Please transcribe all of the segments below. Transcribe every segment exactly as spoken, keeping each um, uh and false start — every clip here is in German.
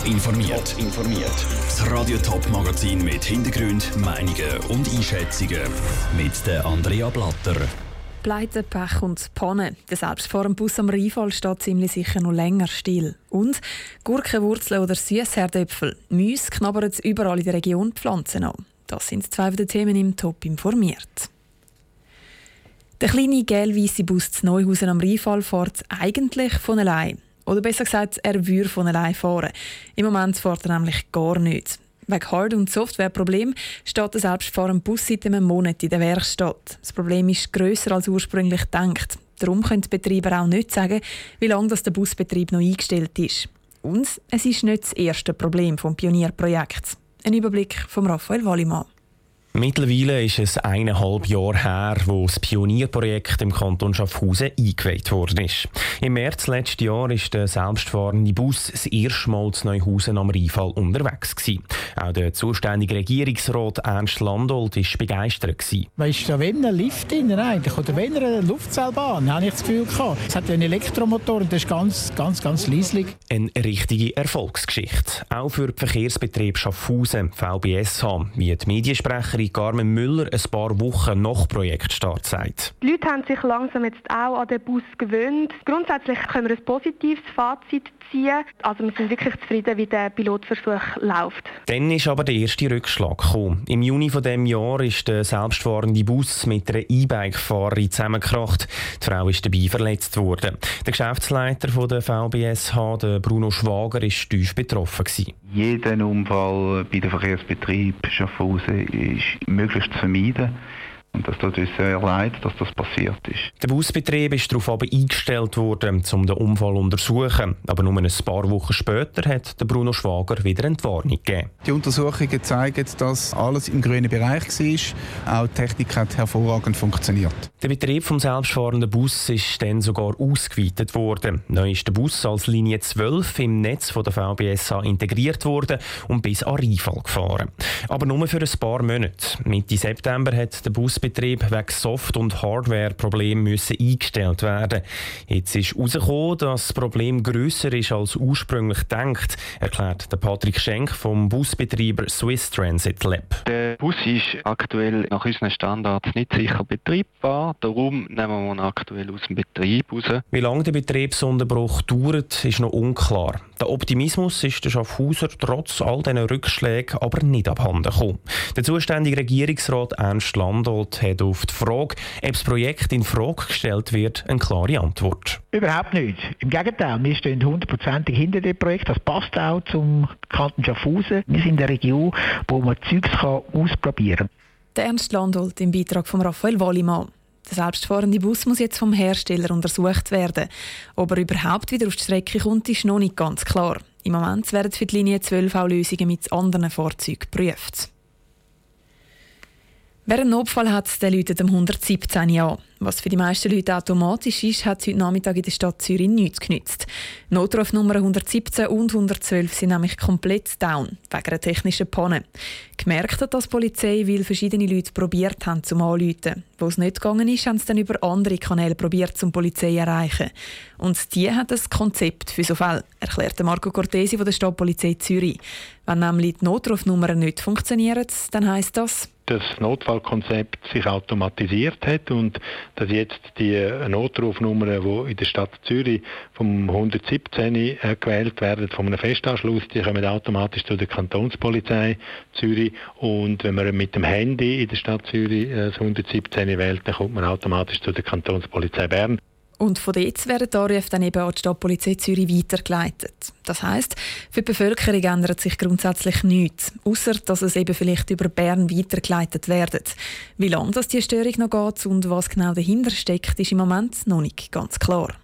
Top informiert. informiert. Das Radio Top Magazin mit Hintergrund, Meinungen und Einschätzungen mit der Andrea Blatter. Pleite, Pech und Panne. Der Selbstfahrenbus am Rheinfall steht ziemlich sicher noch länger still. Und Gurkenwurzeln oder Süssherdöpfel. Mäuse knabbern überall in der Region die Pflanzen an. Das sind zwei der Themen im Top informiert. Der kleine gelb-weisse Bus zu Neuhausen am Rheinfall fährt eigentlich von allein. Oder besser gesagt, er würde von allein fahren. Im Moment fährt er nämlich gar nichts. Wegen Hard- und Softwareproblemen steht der selbstfahrende Bus seit einem Monat in der Werkstatt. Das Problem ist grösser als ursprünglich gedacht. Darum können die Betreiber auch nicht sagen, wie lange das der Busbetrieb noch eingestellt ist. Und es ist nicht das erste Problem des Pionierprojekts. Ein Überblick von Raphael Wallimann. Mittlerweile ist es eineinhalb Jahre her, wo das Pionierprojekt im Kanton Schaffhausen eingeweiht worden ist. Im März letzten Jahr ist der selbstfahrende Bus das erste Mal zu Neuhausen am Rheinfall unterwegs gewesen. Auch der zuständige Regierungsrat Ernst Landolt war begeistert gewesen. Weißt du, wenn ein Lift drin eigentlich oder wenn eine Luftseilbahn, habe ich das Gefühl gehabt. Es hat einen Elektromotor und das ist ganz, ganz, ganz leislich. Eine richtige Erfolgsgeschichte. Auch für den Verkehrsbetrieb Schaffhausen, V B S H, wie die Mediensprecherin Carmen Müller ein paar Wochen nach Projektstart sagt. Die Leute haben sich langsam jetzt auch an den Bus gewöhnt. Grundsätzlich können wir ein positives Fazit ziehen. Also wir sind wirklich zufrieden, wie der Pilotversuch läuft. Dann ist aber der erste Rückschlag gekommen. Im Juni von diesem Jahr ist der selbstfahrende Bus mit einer E-Bike-Fahrerin zusammengekracht. Die Frau ist dabei verletzt worden. Der Geschäftsleiter von der V B S H, der Bruno Schwager, war tief betroffen gewesen. Jeden Unfall bei den Verkehrsbetrieb Schaffhausen ist möglichst zu vermeiden. Und das tut uns sehr leid, dass das passiert ist. Der Busbetrieb ist darauf aber eingestellt worden, um den Unfall zu untersuchen. Aber nur ein paar Wochen später hat der Bruno Schwager wieder eine Warnung gegeben. Die Untersuchungen zeigen, dass alles im grünen Bereich war. Auch die Technik hat hervorragend funktioniert. Der Betrieb des selbstfahrenden Bus ist dann sogar ausgeweitet worden. Neu ist der Bus als Linie zwölf im Netz von der V B S H integriert worden und bis an Rheinfall gefahren. Aber nur für ein paar Monate. Mitte September hat der Busbetrieb wegen Soft- und Hardware-Problemen eingestellt werden. Jetzt ist herausgekommen, dass das Problem grösser ist als ursprünglich gedacht, erklärt der Patrick Schenk vom Busbetreiber Swiss Transit Lab. Der Bus ist aktuell nach unseren Standards nicht sicher betriebbar. Darum nehmen wir ihn aktuell aus dem Betrieb raus. Wie lange der Betriebsunterbruch dauert, ist noch unklar. Der Optimismus ist der Schaffhauser trotz all diesen Rückschlägen aber nicht abhanden gekommen. Der zuständige Regierungsrat Ernst Landolt hat auf die Frage, ob das Projekt in Frage gestellt wird, eine klare Antwort. Überhaupt nicht. Im Gegenteil, wir stehen hundertprozentig hinter dem Projekt. Das passt auch zum Kanton Schaffhausen. Wir sind eine Region, wo man Zeugs ausprobieren kann. Der Ernst Landolt im Beitrag von Raphael Wallimann. Der selbstfahrende Bus muss jetzt vom Hersteller untersucht werden. Ob er überhaupt wieder auf die Strecke kommt, ist noch nicht ganz klar. Im Moment werden für die Linie zwölf auch Lösungen mit anderen Fahrzeugen geprüft. Wer einen Notfall hat, der läutet um hundertsiebzehn an. Was für die meisten Leute automatisch ist, hat heute Nachmittag in der Stadt Zürich nichts genützt. Notrufnummer hundertsiebzehn und hundertzwölf sind nämlich komplett down, wegen einer technischen Panne. Gemerkt hat das die Polizei, weil verschiedene Leute probiert haben, zum Anrufen. Wo es nicht gegangen ist, haben sie dann über andere Kanäle probiert, um die Polizei zu erreichen. Und die hat ein Konzept für so Fälle, erklärt Marco Cortesi von der Stadtpolizei Zürich. Wenn nämlich die Notrufnummern nicht funktionieren, dann heisst das, dass das Notfallkonzept sich automatisiert hat und dass jetzt die Notrufnummern, die in der Stadt Zürich vom hundertsiebzehn äh, gewählt werden, von einem Festanschluss, die kommen automatisch zu der Kantonspolizei Zürich. Und wenn man mit dem Handy in der Stadt Zürich äh, das hundertsiebzehn wählt, dann kommt man automatisch zu der Kantonspolizei Bern. Und von dort werden die Anrufe dann eben an die Stadtpolizei Zürich weitergeleitet. Das heisst, für die Bevölkerung ändert sich grundsätzlich nichts, ausser dass es eben vielleicht über Bern weitergeleitet wird. Wie lange das die Störung noch geht und was genau dahinter steckt, ist im Moment noch nicht ganz klar.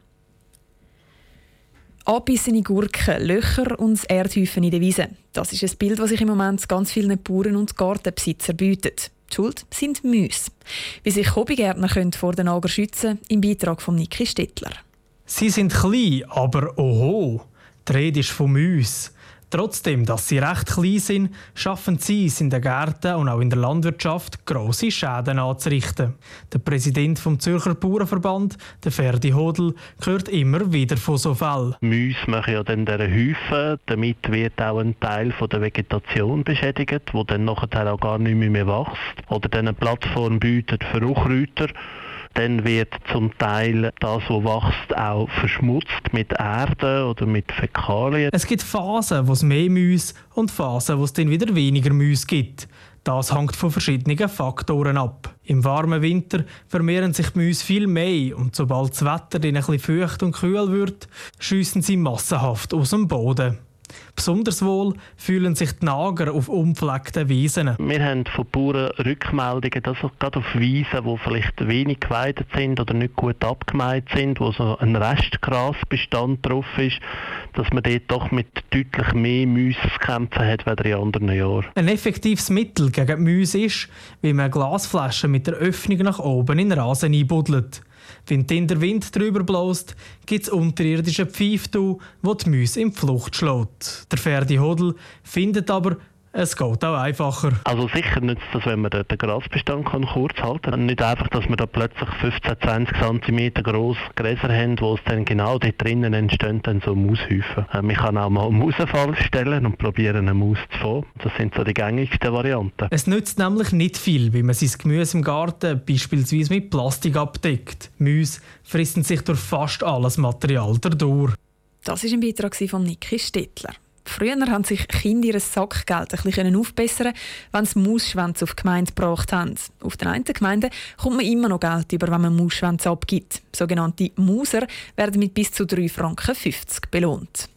Angebissene Gurken, Löcher und Erdhäufen in der Wiese. Das ist ein Bild, das sich im Moment ganz vielen Bauern und Gartenbesitzer bietet. Die Schuld sind Mäuse. Wie sich Hobbygärtner können vor den Nagern schützen, im Beitrag von Niki Stettler. Sie sind klein, aber oho, die Rede ist von Mäusen. Trotzdem, dass sie recht klein sind, schaffen sie es in den Gärten und auch in der Landwirtschaft, grosse Schäden anzurichten. Der Präsident vom Zürcher Bauernverband, der Ferdi Hodl, hört immer wieder von so Fällen. Mäuse machen ja dann diese Häufen, damit wird auch ein Teil von der Vegetation beschädigt, wo dann nachher auch gar nicht mehr wächst. Oder dann eine Plattform bietet für Unkräuter. Dann wird zum Teil das, was wächst, auch verschmutzt mit Erde oder mit Fäkalien. Es gibt Phasen, wo es mehr Mäuse und Phasen, wo es dann wieder weniger Mäuse gibt. Das hängt von verschiedenen Faktoren ab. Im warmen Winter vermehren sich die Mäuse viel mehr und sobald das Wetter dann ein bisschen feucht und kühl wird, schiessen sie massenhaft aus dem Boden. Besonders wohl fühlen sich die Nager auf unbefleckten Wiesen. Wir haben von Bauern Rückmeldungen, dass auch gerade auf Wiesen, die vielleicht wenig geweidet sind oder nicht gut abgemäht sind, wo so ein Restgrasbestand drauf ist, dass man dort doch mit deutlich mehr Mäusen zu kämpfen hat als in anderen Jahren. Ein effektives Mittel gegen die Mäuse ist, wie man Glasflaschen mit der Öffnung nach oben in den Rasen einbuddelt. Wenn dann der Wind drüber bläst, gibt es unterirdische Pfeiftau, wo die Mäuse in die Flucht schlägt. Der Ferdi Hodl findet aber, es geht auch einfacher. Also sicher nützt das, wenn man den Grasbestand kann kurz halten kann. Nicht einfach, dass wir da plötzlich fünfzehn bis zwanzig Zentimeter grosse Gräser haben, wo es dann genau dort drinnen entstehen, dann so Maushäufen. Man kann auch mal einen Mausfall stellen und probieren, eine Maus zu fangen. Das sind so die gängigsten Varianten. Es nützt nämlich nicht viel, wenn man sein Gemüse im Garten beispielsweise mit Plastik abdeckt. Mäuse fressen sich durch fast alles Material dadurch. Das war ein Beitrag von Niki Stettler. Früher haben sich Kinder ihr Sackgeld ein bisschen aufbessern, wenn sie Mausschwänze auf die Gemeinde gebracht haben. Auf der einen Gemeinde kommt man immer noch Geld über, wenn man Mausschwänze abgibt. Sogenannte Mauser werden mit bis zu drei Franken fünfzig belohnt.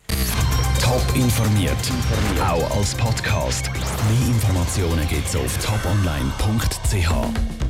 Top informiert, auch als Podcast. Mehr Informationen gibt es auf top online punkt c h.